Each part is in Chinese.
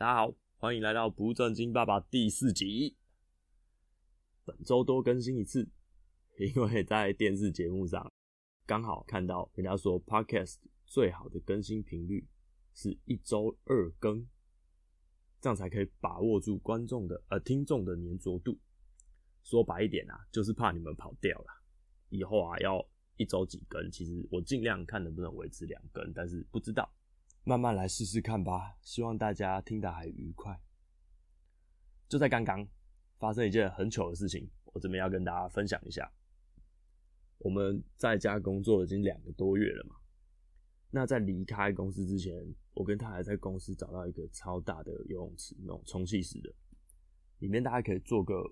大家好，欢迎来到不正经爸爸第4集。本周多更新一次，因为在电视节目上刚好看到人家说 Podcast 最好的更新频率是1周2更，这样才可以把握住听众的黏着度。说白一点啊，就是怕你们跑掉啦。以后啊要1周几更，其实我尽量看能不能维持2更，但是不知道。慢慢来试试看吧，希望大家听得还愉快。就在刚刚发生一件很糗的事情，我这边要跟大家分享一下。我们在家工作已经2个多月了嘛，那在离开公司之前，我跟太太在公司找到一个超大的游泳池，那种充气式的，里面大概可以坐个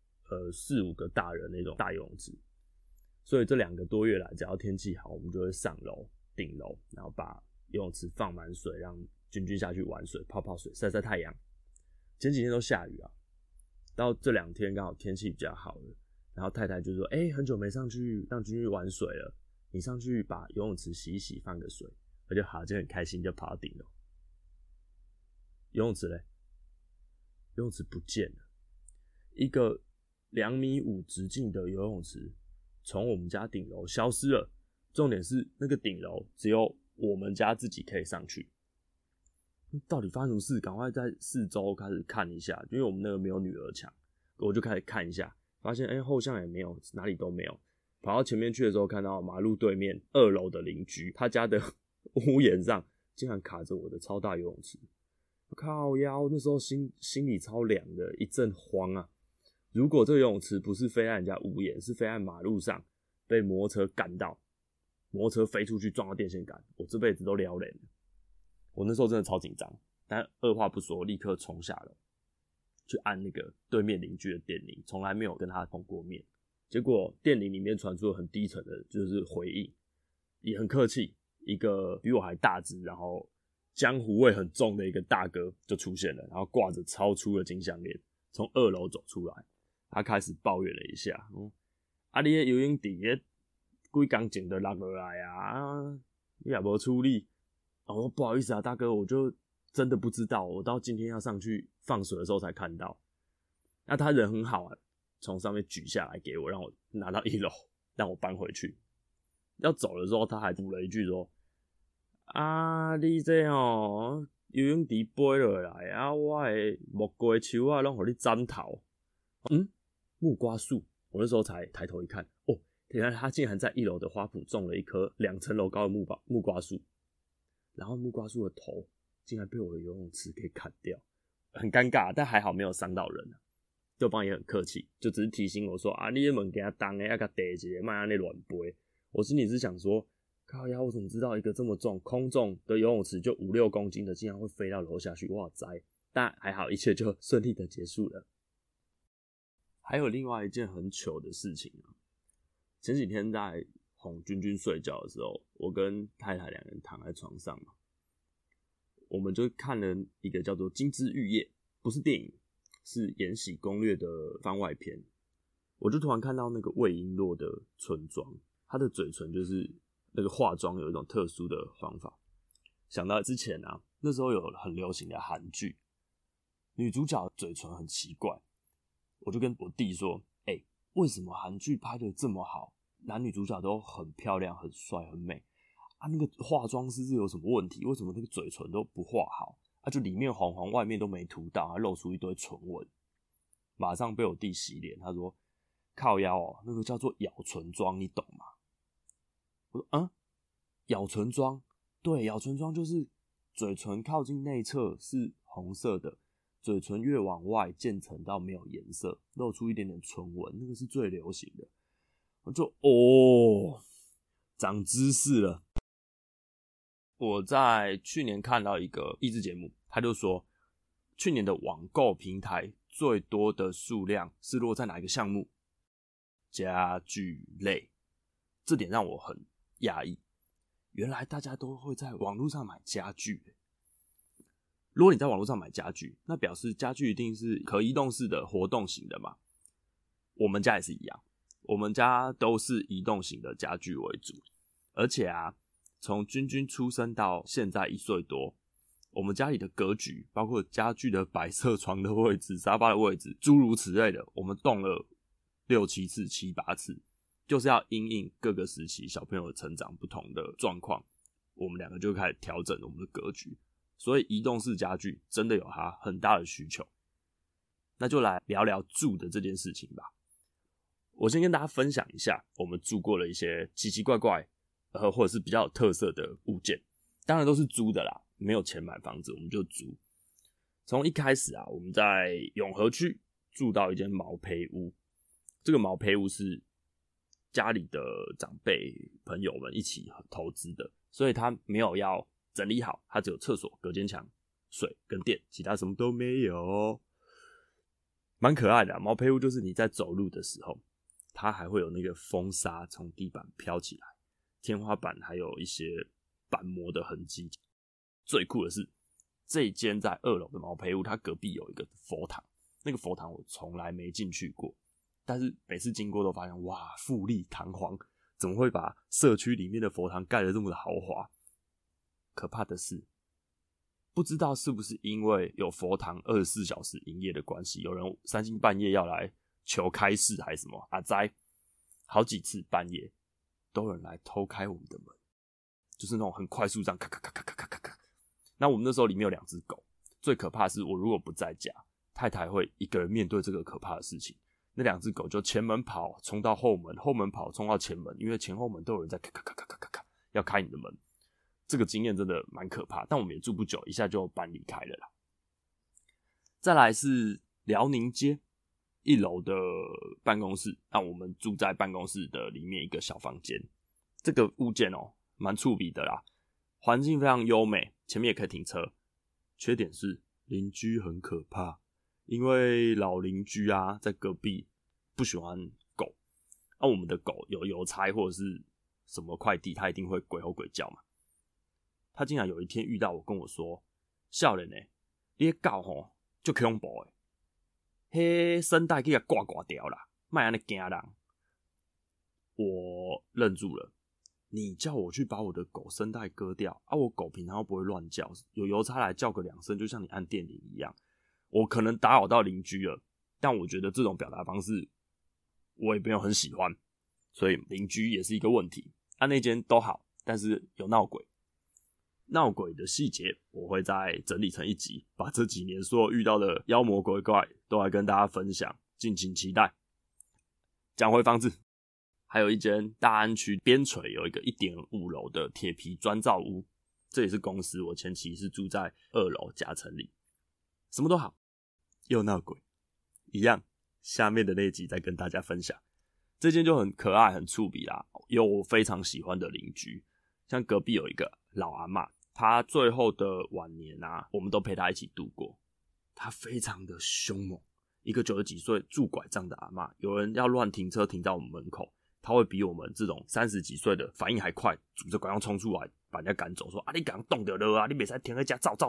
4-5个大人那种大游泳池。所以这2个多月来，只要天气好，我们就会上楼顶楼，然后把游泳池放满水，让君君下去玩水、泡泡水、晒晒太阳。前几天都下雨啊，到这2天刚好天气比较好了，然后太太就说：“很久没上去让君君玩水了，你上去把游泳池洗一洗，放个水。”我就好，就很开心，就跑到顶楼。游泳池嘞？游泳池不见了，一个2.5米直径的游泳池从我们家顶楼消失了。重点是那个顶楼只有我们家自己可以上去，到底发生什么事？赶快在4周开始看一下，因为我们那个没有女儿墙，我就开始看一下，发现后巷也没有，哪里都没有。跑到前面去的时候，看到马路对面2楼的邻居，他家的屋檐上竟然卡着我的超大游泳池。靠腰，那时候心里超凉的，一阵慌啊！如果这个游泳池不是飞在人家屋檐，是飞在马路上，被摩托车干到，摩托车飞出去撞到电线杆，我这辈子都撩人了。我那时候真的超紧张，但二话不说，立刻冲下楼去按那个对面邻居的电铃，从来没有跟他碰过面。结果电铃里面传出了很低沉的，就是回应，也很客气，一个比我还大只，然后江湖味很重的一个大哥就出现了，然后挂着超粗的金项链，从2楼走出来，他开始抱怨了一下，你的游泳池几天前就落下来啊，你也没处理。我说不好意思啊，大哥，我就真的不知道，我到今天要上去放水的时候才看到。那他人很好啊，从上面举下来给我，让我拿到1楼，让我搬回去。要走的时候，他还补了一句说：“啊，你这游泳池飞落来啊，我的木瓜树啊，拢给你斩头。”木瓜树，我那时候才抬头一看，原来他竟然在1楼的花圃种了一棵2层楼高的木瓜树，然后木瓜树的头竟然被我的游泳池给砍掉，很尴尬，但还好没有伤到人啊。对方也很客气，就只是提醒我说：“啊，你的物件重的，要给它带一下，别这样乱飞。”我心里是想说：“靠呀，我怎么知道一个这么重、空重的游泳池就5-6公斤的，竟然会飞到楼下去？哇塞！”但还好，一切就顺利的结束了。还有另外一件很糗的事情啊。前几天在哄君君睡觉的时候，我跟太太2人躺在床上嘛，我们就看了一个叫做《金枝玉叶》，不是电影，是《延禧攻略》的番外篇。我就突然看到那个魏璎珞的唇妆，她的嘴唇就是那个化妆有一种特殊的方法。想到之前啊，那时候有很流行的韩剧，女主角嘴唇很奇怪，我就跟我弟说：“为什么韩剧拍得这么好，男女主角都很漂亮、很帅、很美啊？那个化妆师是有什么问题？为什么那个嘴唇都不画好啊？就里面黄黄，外面都没涂到，还露出一堆唇纹。”马上被我弟洗脸，他说：“靠腰哦，那个叫做咬唇妆，你懂吗？”我说：“咬唇妆？对，咬唇妆就是嘴唇靠近内侧是红色的。”嘴唇越往外渐层到没有颜色，露出一点点唇纹，那个是最流行的。我就长知识了。我在去年看到一个益智节目，他就说去年的网购平台最多的数量是落在哪一个项目？家具类。这点让我很讶异，原来大家都会在网络上买家具。如果你在网络上买家具，那表示家具一定是可移动式的、活动型的嘛。我们家也是一样，我们家都是移动型的家具为主。而且啊，从君君出生到现在1岁多， 我们家里的格局，包括家具的摆设、床的位置、沙发的位置，诸如此类的，我们动了6、7次、7、8次，就是要因应各个时期小朋友的成长不同的状况，我们两个就开始调整我们的格局。所以移动式家具真的有它很大的需求。那就来聊聊住的这件事情吧。我先跟大家分享一下我们住过了一些奇奇怪怪或者是比较有特色的物件，当然都是租的啦，没有钱买房子我们就租。从一开始啊，我们在永和区住到一间毛坯屋，这个毛坯屋是家里的长辈朋友们一起投资的，所以他没有要整理好，它只有厕所、隔间墙、水跟电，其他什么都没有，蛮可爱的啊。毛坯屋就是你在走路的时候，它还会有那个风沙从地板飘起来，天花板还有一些板模的痕迹。最酷的是，这一间在2楼的毛坯屋，它隔壁有一个佛堂，那个佛堂我从来没进去过，但是每次经过都发现，哇，富丽堂皇，怎么会把社区里面的佛堂盖得这么的豪华？可怕的是，不知道是不是因为有佛堂24小时营业的关系，有人3更半夜要来求开示还是什么，阿哉，好几次半夜都有人来偷开我们的门，就是那种很快速这样咔咔咔咔咔咔咔咔。那我们那时候里面有2只狗，最可怕的是我如果不在家，太太会一个人面对这个可怕的事情。那2只狗就前门跑冲到后门，后门跑冲到前门，因为前后门都有人在咔咔咔咔咔咔咔要开你的门。这个经验真的蛮可怕，但我们也住不久，一下就搬离开了啦。再来是辽宁街1楼的办公室，那我们住在办公室的里面一个小房间。这个物件蛮触笔的啦，环境非常优美，前面也可以停车。缺点是邻居很可怕，因为老邻居啊在隔壁不喜欢狗，我们的狗有邮差或者是什么快递，它一定会鬼吼鬼叫嘛。他竟然有一天遇到我，跟我说：“少年欸，你的狗吼就恐怖诶，迄声带给它挂掉啦，莫安尼惊人。”我愣住了，你叫我去把我的狗声带割掉啊？我狗平常又不会乱叫，有邮差来叫个2声，就像你按电铃一样。我可能打扰到邻居了，但我觉得这种表达方式我也没有很喜欢，所以邻居也是一个问题。那间都好，但是有闹鬼。闹鬼的细节我会再整理成一集，把这几年所有遇到的妖魔鬼怪都来跟大家分享，敬请期待。讲回房子，还有一间大安区边陲有一个 1.5 楼的铁皮砖造屋，这也是公司，我前期是住在2楼夹层里，什么都好，又闹鬼，一样，下面的那一集再跟大家分享。这间就很可爱很触笔啦，有我非常喜欢的邻居，像隔壁有一个老阿嬷，他最后的晚年啊，我们都陪他一起度过。他非常的凶猛，一个90几岁拄拐杖的阿嬷，有人要乱停车停到我们门口，他会比我们这种30几岁的反应还快，拄着拐杖冲出来把人家赶走，说啊你赶快动就了啊，你不可以停在家照。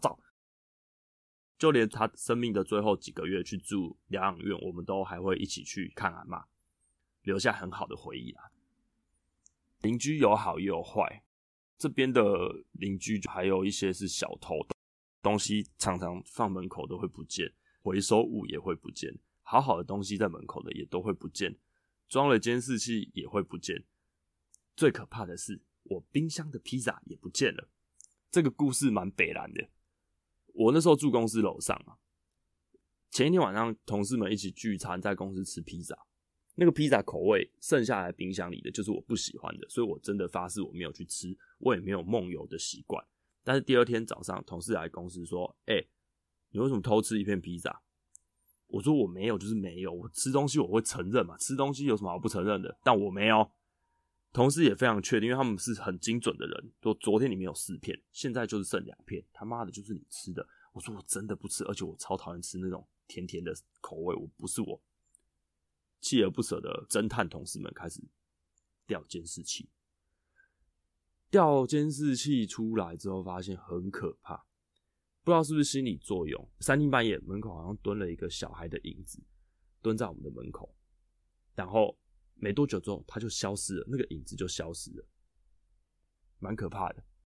就连他生命的最后几个月去住疗养院，我们都还会一起去看阿嬷，留下很好的回忆啦。邻居有好也有坏，这边的邻居还有一些是小偷，东西常常放门口都会不见，回收物也会不见，好好的东西在门口的也都会不见，装了监视器也会不见。最可怕的是，我冰箱的披萨也不见了。这个故事蛮北蓝的。我那时候住公司楼上啊，前一天晚上同事们一起聚餐，在公司吃披萨，那个披萨口味剩下来冰箱里的就是我不喜欢的，所以我真的发誓我没有去吃，我也没有梦游的习惯。但是第2天早上，同事来公司说：“你为什么偷吃一片披萨？”我说：“我没有，就是没有。我吃东西我会承认嘛，吃东西有什么好不承认的？但我没有。”同事也非常确定，因为他们是很精准的人，说昨天里面有4片，现在就是剩2片，他妈的就是你吃的。我说我真的不吃，而且我超讨厌吃那种甜甜的口味，我不是我。锲而不舍的侦探同事们开始调监视器，调监视器出来之后发现很可怕，不知道是不是心理作用，3更半夜门口好像蹲了一个小孩的影子，蹲在我们的门口，然后没多久之后他就消失了，那个影子就消失了，蛮可怕的。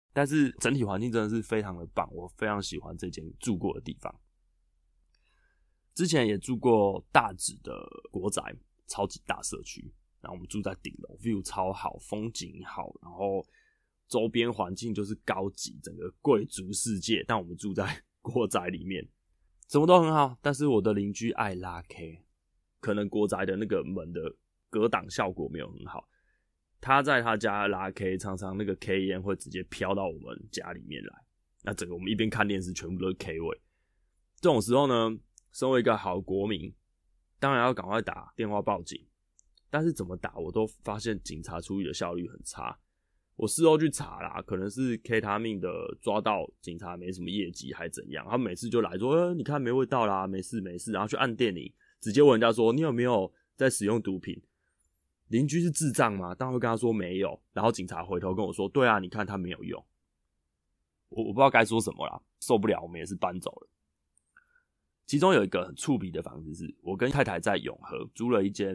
但是整体环境真的是非常的棒，我非常喜欢这间住过的地方。之前也住过大直的国宅，超级大社区，然后我们住在顶楼 ，view 超好，风景好，然后周边环境就是高级，整个贵族世界。但我们住在国宅里面，什么都很好，但是我的邻居爱拉 K， 可能国宅的那个门的隔挡效果没有很好，他在他家拉 K， 常常那个 K 烟会直接飘到我们家里面来，那整个我们一边看电视，全部都是 K 味。这种时候呢，身为一个好国民，当然要赶快打电话报警，但是怎么打我都发现警察处理的效率很差。我事后去查啦，可能是 K 他命的抓到警察没什么业绩还怎样，他每次就来说你看没味道啦，没事没事，然后去按电铃，直接问人家说你有没有在使用毒品。邻居是智障吗？当然会跟他说没有，然后警察回头跟我说对啊，你看他没有用。我不知道该说什么啦，受不了我们也是搬走了。其中有一个很触鼻的房子是我跟太太在永和租了一间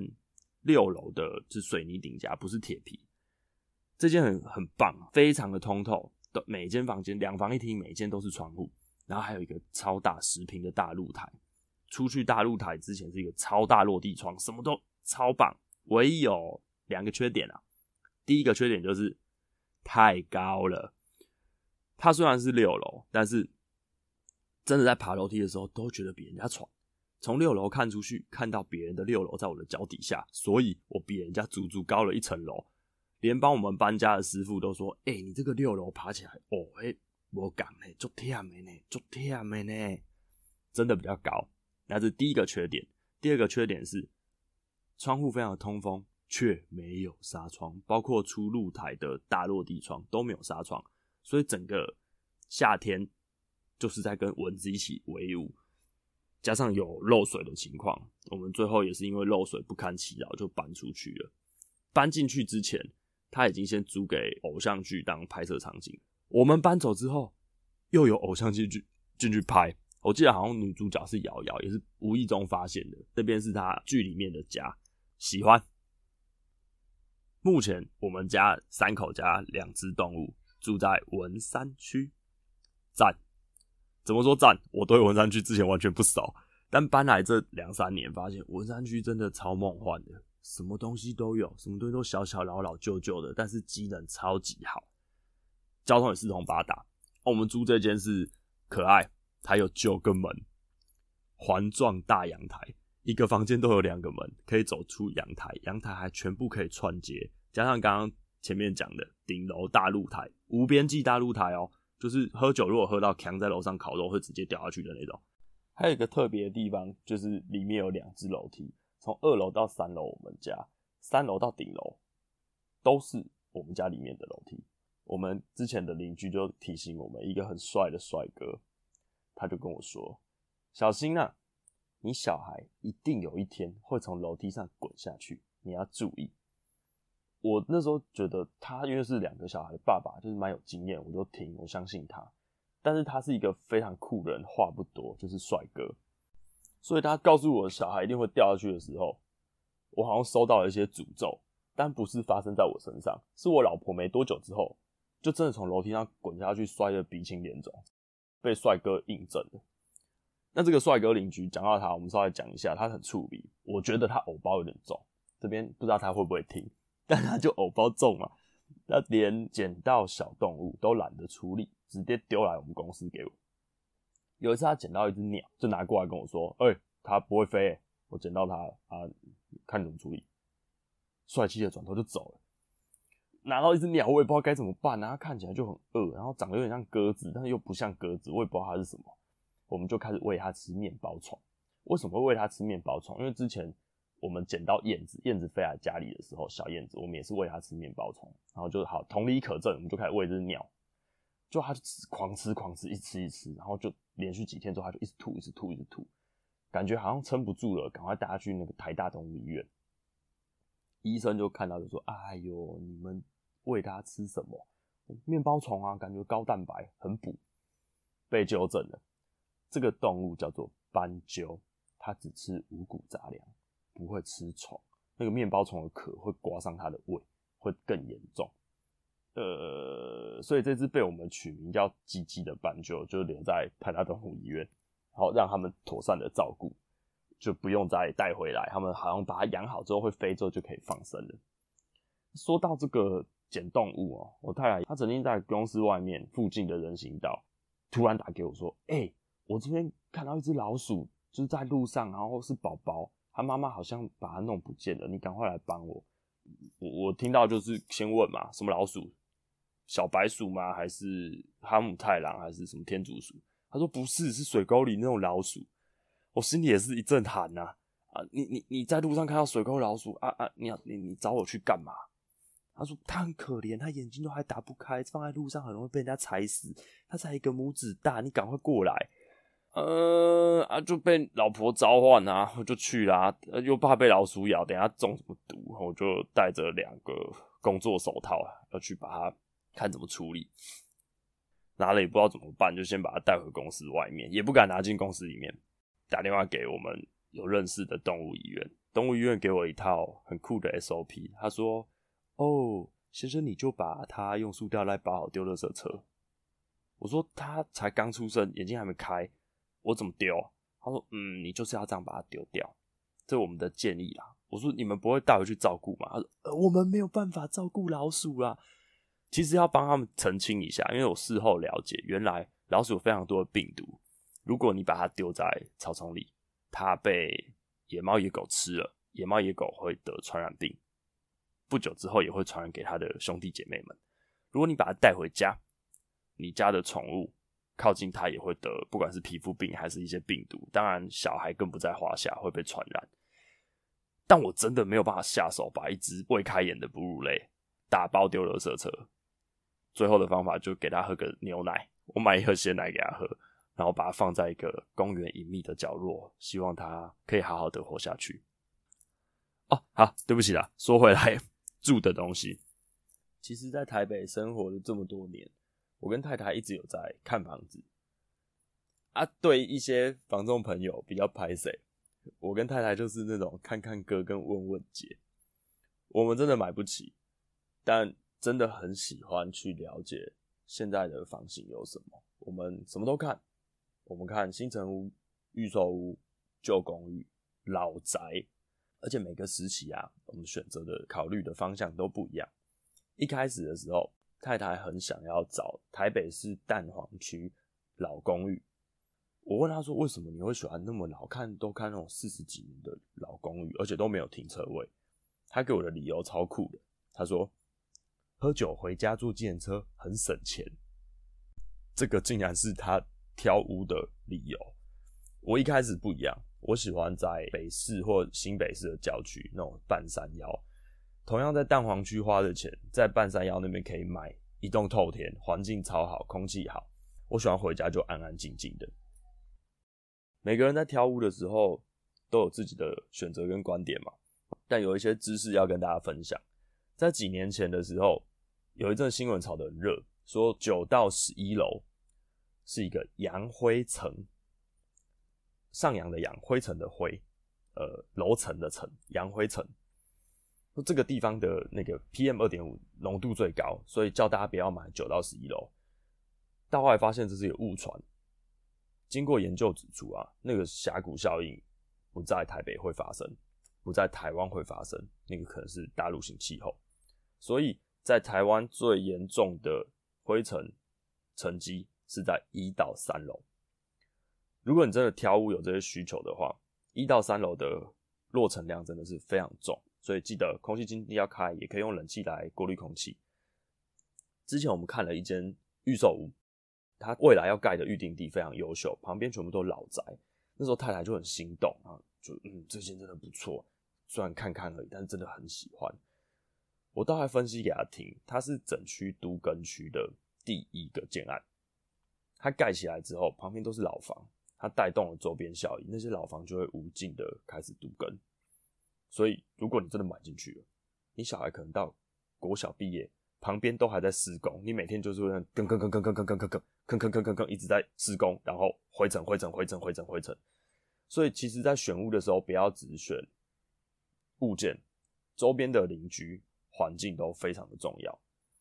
6楼的是水泥顶加，不是铁皮。这间很棒，非常的通透，每间房间2房1厅，每间都是窗户，然后还有一个超大10坪的大露台。出去大露台之前是一个超大落地窗，什么都超棒，唯一有2个缺点啊。第一个缺点就是太高了，它虽然是6楼，但是真的在爬楼梯的时候都觉得比人家喘。从6楼看出去，看到别人的6楼在我的脚底下，所以我比人家足足高了1层楼。连帮我们搬家的师傅都说：“你这个6楼爬起来，没敢呢，很痛的呢，很痛的呢，真的比较高。”那是第一个缺点。第二个缺点是窗户非常的通风，却没有纱窗，包括出露台的大落地窗都没有纱窗，所以整个夏天就是在跟蚊子一起为伍，加上有漏水的情况，我们最后也是因为漏水不堪其扰就搬出去了。搬进去之前，他已经先租给偶像剧当拍摄场景。我们搬走之后，又有偶像剧进去拍。我记得好像女主角是瑶瑶，也是无意中发现的。这边是他剧里面的家，喜欢。目前我们家3口加2只动物，住在文山区，赞。怎么说赞？我对文山区之前完全不熟，但搬来这2-3年，发现文山区真的超梦幻的。什么东西都有，什么东西都小小老老旧旧的，但是机能超级好，交通也四通八达。我们租这间是可爱，它有9个门，环状大阳台，一个房间都有2个门，可以走出阳台，阳台还全部可以串接，加上刚刚前面讲的顶楼大露台，无边际大露台哦，就是喝酒如果喝到强在楼上烤肉会直接掉下去的那种。还有一个特别的地方，就是里面有2只楼梯。从2楼到3楼我们家，3楼到顶楼都是我们家里面的楼梯。我们之前的邻居就提醒我们，一个很帅的帅哥，他就跟我说：“小心啊，你小孩一定有一天会从楼梯上滚下去，你要注意。”我那时候觉得他因为是2个小孩的爸爸，就是蛮有经验，我就听，我相信他。但是他是一个非常酷的人，话不多，就是帅哥。所以他告诉我小孩一定会掉下去的时候，我好像收到了一些诅咒，但不是发生在我身上，是我老婆没多久之后，就真的从楼梯上滚下去，摔得鼻青脸肿，被帅哥印证了。那这个帅哥邻居讲到他，我们稍微讲一下，他很触鼻，我觉得他偶包有点重，这边不知道他会不会听，但他就偶包重嘛，他连捡到小动物都懒得处理，直接丢来我们公司给我。有一次他捡到一只鸟，就拿过来跟我说：“它不会飞我捡到它了啊，看你怎么处理。”帅气的转头就走了。拿到一只鸟，我也不知道该怎么办啊，它看起来就很饿，然后长得有点像鸽子，但是又不像鸽子，我也不知道它是什么。我们就开始喂它吃面包虫。为什么会喂它吃面包虫？因为之前我们捡到燕子，燕子飞来家里的时候，小燕子，我们也是喂它吃面包虫，然后就好同理可证，我们就开始喂这只鸟。就他就狂吃，一直吃，然后就连续几天之后，他就一直吐，感觉好像撑不住了，赶快带他去那个台大动物医院。医生就看到就说：“哎呦，你们喂他吃什么？面包虫啊，感觉高蛋白，很补。”被纠正了，这个动物叫做斑鸠，它只吃五谷杂粮，不会吃虫。那个面包虫的壳会刮伤它的胃，会更严重。 所以这只被我们取名叫鸡鸡的斑鸠就留在台大动物医院，然后让他们妥善的照顾，就不用再带回来，他们好像把它养好之后会飞之后就可以放生了。说到这个捡动物哦，我太太她曾经在公司外面附近的人行道突然打给我说，我这边看到一只老鼠，就是在路上，然后是宝宝，他妈妈好像把它弄不见了，你赶快来帮我。我听到就是先问嘛，什么老鼠？小白鼠吗？还是哈姆太郎？还是什么天竺鼠？他说不是，是水沟里那种老鼠。我心里也是一阵寒呐！你在路上看到水沟老鼠你找我去干嘛？他说他很可怜，他眼睛都还打不开，放在路上很容易被人家踩死。他才一个拇指大，你赶快过来。就被老婆召唤啊，我就去啦，又怕被老鼠咬，等一下中什么毒，我就带着2个工作手套要去把它看怎么处理。拿了也不知道怎么办，就先把它带回公司外面，也不敢拿进公司里面。打电话给我们有认识的动物医院，动物医院给我一套很酷的 SOP， 他说：“哦，先生，你就把它用塑料袋包好丢垃圾车。”我说：“他才刚出生，眼睛还没开，我怎么丢？”他说：“你就是要这样把它丢掉，这是我们的建议啦。”我说：“你们不会带回去照顾吗？”他说：“我们没有办法照顾老鼠啦。”其实要帮他们澄清一下，因为我事后了解，原来老鼠有非常多的病毒。如果你把它丢在草丛里，它被野猫野狗吃了，野猫野狗会得传染病，不久之后也会传染给它的兄弟姐妹们。如果你把它带回家，你家的宠物靠近它也会得，不管是皮肤病还是一些病毒，当然小孩更不在话下，会被传染。但我真的没有办法下手把一只未开眼的哺乳类打包丢垃圾车，最后的方法就给它喝个牛奶，我买一盒鲜奶给它喝，然后把它放在一个公园隐秘的角落，希望它可以好好的活下去。好，对不起啦，说回来，住的东西，其实在台北生活了这么多年，我跟太太一直有在看房子对一些房仲朋友比较拍谁，我跟太太就是那种看看歌跟问问姐，我们真的买不起，但真的很喜欢去了解现在的房型有什么，我们什么都看，我们看新成屋、预售屋、旧公寓、老宅，而且每个时期我们选择的考虑的方向都不一样。一开始的时候，太太很想要找台北市蛋黄区老公寓，我问她说为什么你会喜欢那么老，都看那种40几年的老公寓，而且都没有停车位。她给我的理由超酷的，她说喝酒回家坐计程车很省钱，这个竟然是她挑屋的理由。我一开始不一样，我喜欢在北市或新北市的郊区那种半山腰，同样在蛋黄区花的钱，在半山腰那边可以买一栋透天，环境超好，空气好，我喜欢回家就安安静静的。每个人在挑屋的时候都有自己的选择跟观点嘛，但有一些知识要跟大家分享。在几年前的时候，有一阵新闻炒得很热，说9到11楼是一个扬灰层，上扬的扬，灰尘的灰，楼层的层，扬灰层。这个地方的那个 PM2.5 浓度最高，所以叫大家不要买9到11楼。到后来发现这是一个误传，经过研究指出那个峡谷效应不在台北会发生，不在台湾会发生，那个可能是大陆型气候。所以在台湾最严重的灰尘沉积是在1到3楼。如果你真的挑屋有这些需求的话，1到3楼的落尘量真的是非常重，所以记得空气净化要开，也可以用冷气来过滤空气。之前我们看了一间预售屋，它未来要盖的预定地非常优秀，旁边全部都老宅。那时候太太就很心动这间真的不错，虽然看看而已，但是真的很喜欢。我倒还分析给他听，它是整区都更区的第1个建案，它盖起来之后，旁边都是老房，它带动了周边效应，那些老房就会无尽的开始都更。所以如果你真的买进去了，你小孩可能到国小毕业，旁边都还在施工，你每天就是会更一直在施工，然后灰尘。所以其实在选屋的时候，不要只选物件，周边的邻居环境都非常的重要。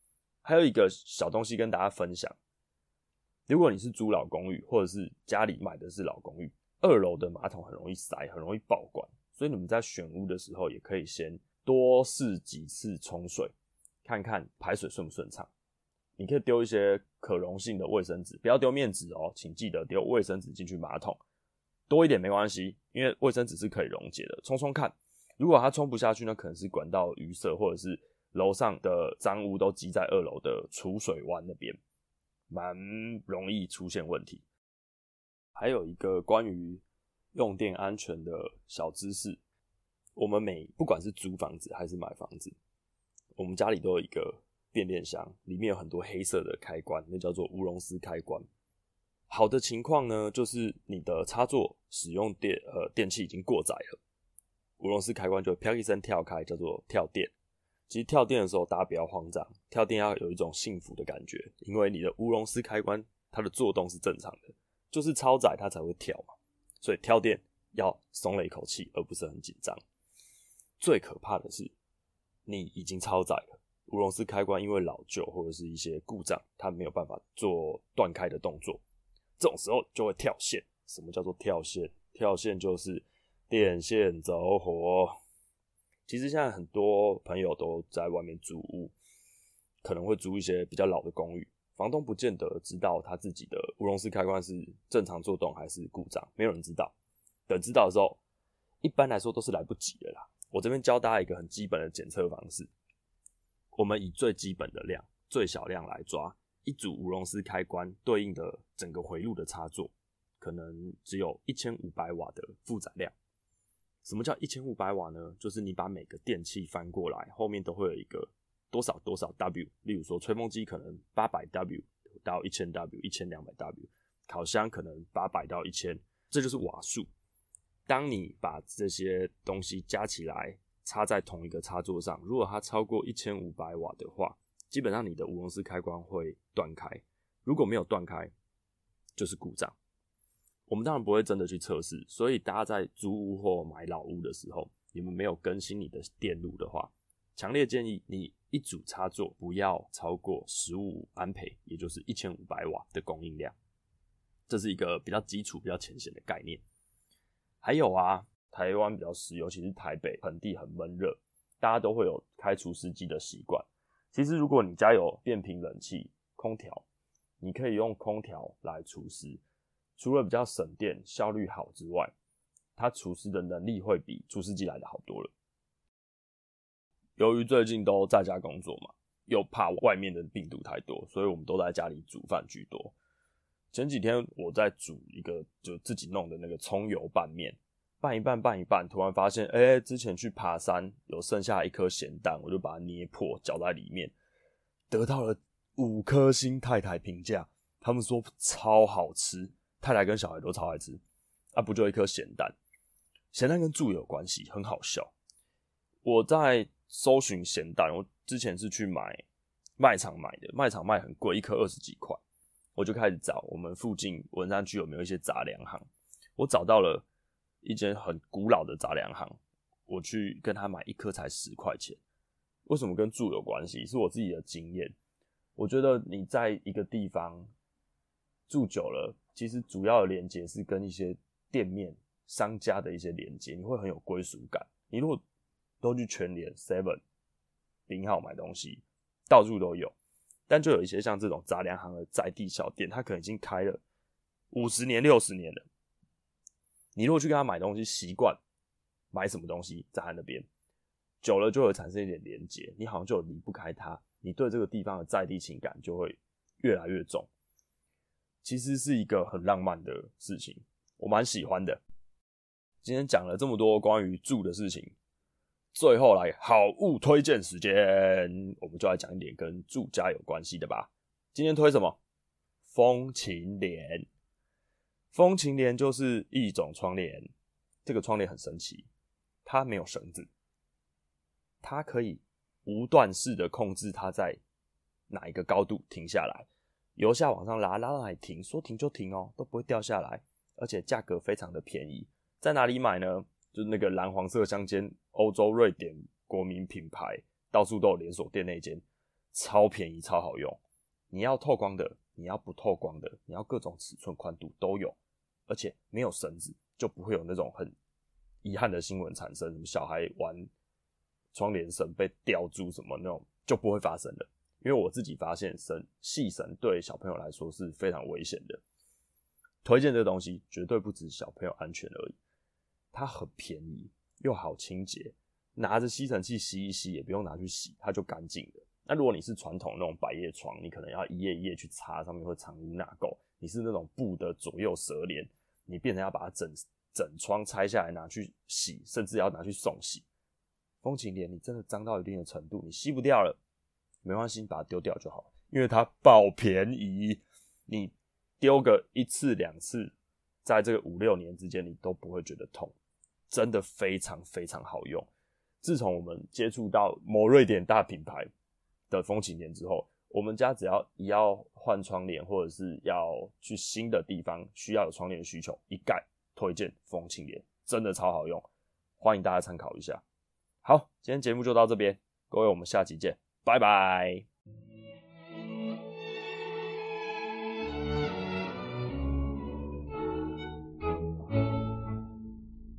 还有一个小东西跟大家分享，如果你是租老公寓，或者是家里买的是老公寓，2楼的马桶很容易塞，很容易爆管，所以你们在选屋的时候也可以先多试几次冲水，看看排水顺不顺畅。你可以丢一些可溶性的卫生纸，不要丢面纸哦，请记得丢卫生纸进去马桶，多一点没关系，因为卫生纸是可以溶解的，冲冲看。如果它冲不下去，那可能是管道淤塞，或者是楼上的脏污都积在2楼的储水湾那边，蛮容易出现问题。还有一个关于用电安全的小知识，我们不管是租房子还是买房子，我们家里都有一个变电箱，里面有很多黑色的开关，那叫做钨丝开关。好的情况呢，就是你的插座使用电器已经过载了，钨丝开关就会啪一声跳开，叫做跳电。其实跳电的时候大家不要慌张，跳电要有一种幸福的感觉，因为你的钨丝开关它的作动是正常的，就是超载它才会跳嘛，所以跳电要松了一口气，而不是很紧张。最可怕的是你已经超载了，钨丝开关因为老旧或者是一些故障，它没有办法做断开的动作，这种时候就会跳线。什么叫做跳线？跳线就是电线走火。其实现在很多朋友都在外面租屋，可能会租一些比较老的公寓，房东不见得知道他自己的钨丝开关是正常作动还是故障，没有人知道。等知道的时候，一般来说都是来不及了啦。我这边教大家一个很基本的检测方式，我们以最基本的量、最小量来抓，一组钨丝开关对应的整个回路的插座，可能只有1500瓦的负载量。什么叫1500瓦呢？就是你把每个电器翻过来，后面都会有一个多少多少 W， 例如说吹风机可能800 W 到1000 W、1200 W， 烤箱可能800到1000，这就是瓦数。当你把这些东西加起来插在同一个插座上，如果它超过1500瓦的话，基本上你的钨丝开关会断开，如果没有断开就是故障。我们当然不会真的去测试，所以大家在租屋或买老屋的时候，你们没有更新你的电路的话，强烈建议你一组插座不要超过15安培，也就是1500瓦的供应量。这是一个比较基础、比较浅显的概念。还有啊，台湾比较湿，尤其是台北盆地很闷热，大家都会有开除湿机的习惯。其实如果你家有变频冷气、空调，你可以用空调来除湿。除了比较省电、效率好之外，它除湿的能力会比除湿机来的好多了。由于最近都在家工作嘛，又怕外面的病毒太多，所以我们都在家里煮饭居多。前几天我在煮一个就自己弄的那个葱油拌面，拌一拌，突然发现，之前去爬山有剩下一颗咸蛋，我就把它捏破，搅在里面，得到了5颗星太太评价，他们说超好吃。太太跟小孩都超爱吃，不就一颗咸蛋？咸蛋跟猪有关系，很好笑。我在搜寻咸蛋，我之前是去卖场买的，卖场卖很贵，一颗20几块，我就开始找我们附近文山区有没有一些杂粮行。我找到了一间很古老的杂粮行，我去跟他买一颗才10块钱。为什么跟猪有关系？是我自己的经验。我觉得你在一个地方住久了，其实主要的连结是跟一些店面、商家的一些连结，你会很有归属感。你如果都去全联、7-Eleven、顶好买东西，到处都有，但就有一些像这种杂粮行的在地小店，它可能已经开了50年、60年了。你如果去跟他买东西，习惯买什么东西在他那边，久了就会产生一点连结，你好像就离不开他，你对这个地方的在地情感就会越来越重。其实是一个很浪漫的事情，我蛮喜欢的。今天讲了这么多关于住的事情，最后来好物推荐时间，我们就来讲一点跟住家有关系的吧。今天推什么？风琴帘。风琴帘就是一种窗帘，这个窗帘很神奇，它没有绳子，它可以无段式的控制它在哪一个高度停下来，由下往上拉，拉到哪里停，说停就停哦，都不会掉下来，而且价格非常的便宜。在哪里买呢？就是那个蓝黄色相间欧洲瑞典国民品牌，到处都有连锁店那间， 超便宜超好用。你要透光的，你要不透光的，你要各种尺寸宽度都有，而且没有绳子，就不会有那种很遗憾的新闻产生，什么小孩玩窗帘绳被吊住什么那种就不会发生了。因为我自己发现细绳对小朋友来说是非常危险的。推荐这个东西绝对不止小朋友安全而已，它很便宜又好清洁，拿着吸尘器吸一吸也不用拿去洗，它就干净了。那如果你是传统那种百叶窗，你可能要一页一页去擦，上面会藏污纳垢。你是那种布的左右折帘，你变成要把它整窗拆下来拿去洗，甚至要拿去送洗。风琴帘你真的脏到一定的程度，你吸不掉了，没关系，把它丢掉就好，因为它爆便宜，你丢个1次2次，在这个5、6年之间你都不会觉得痛，真的非常非常好用。自从我们接触到某瑞典大品牌的风琴帘之后，我们家只要换窗帘或者是要去新的地方需要有窗帘需求，一概推荐风琴帘，真的超好用，欢迎大家参考一下。好，今天节目就到这边，各位我们下期见，拜拜。